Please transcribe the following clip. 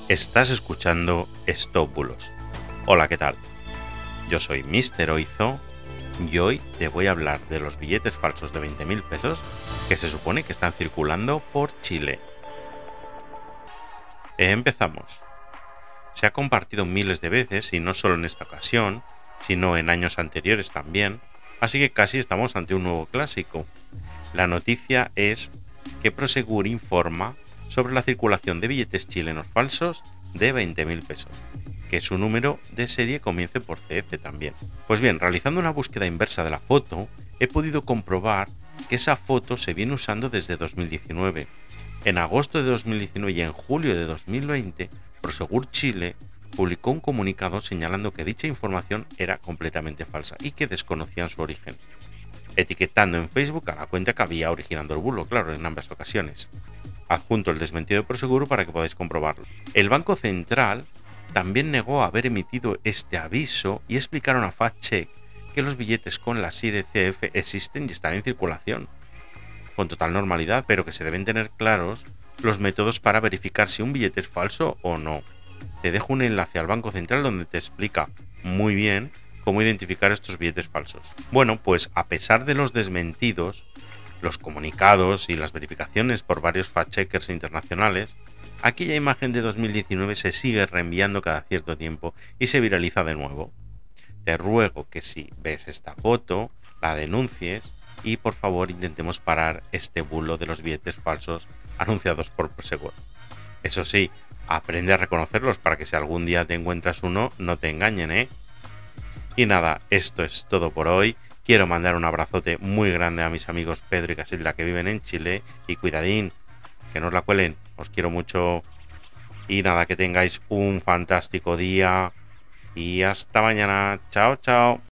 Estás escuchando Stop Bulos. Hola, ¿qué tal? Yo soy Mr. Oizo y hoy te voy a hablar de los billetes falsos de 20.000 pesos que se supone que están circulando por Chile. Empezamos. Se ha compartido miles de veces y no solo en esta ocasión, sino en años anteriores también, así que casi estamos ante un nuevo clásico. La noticia es que Prosegur informa sobre la circulación de billetes chilenos falsos de 20.000 pesos, que su número de serie comience por CF también. Pues bien, realizando una búsqueda inversa de la foto, he podido comprobar que esa foto se viene usando desde 2019. En agosto de 2019 y en julio de 2020, Prosegur Chile publicó un comunicado señalando que dicha información era completamente falsa y que desconocían su origen, etiquetando en Facebook a la cuenta que había originado el bulo, claro, en ambas ocasiones. Adjunto el desmentido de Prosegur para que podáis comprobarlo. El Banco Central también negó haber emitido este aviso y explicaron a FactCheck que los billetes con la serie CF existen y están en circulación con total normalidad, pero que se deben tener claros los métodos para verificar si un billete es falso o no. Te dejo un enlace al Banco Central donde te explica muy bien cómo identificar estos billetes falsos. Bueno, pues a pesar de los desmentidos, los comunicados y las verificaciones por varios fact-checkers internacionales, aquella imagen de 2019 se sigue reenviando cada cierto tiempo y se viraliza de nuevo. Te ruego que si ves esta foto, la denuncies y por favor intentemos parar este bulo de los billetes falsos anunciados por Prosegur. Eso sí, aprende a reconocerlos para que si algún día te encuentras uno, no te engañen, ¿eh? Y nada, esto es todo por hoy. Quiero mandar un abrazote muy grande a mis amigos Pedro y Casilda que viven en Chile y cuidadín, que no os la cuelen. Os quiero mucho y nada, que tengáis un fantástico día y hasta mañana. Chao, chao.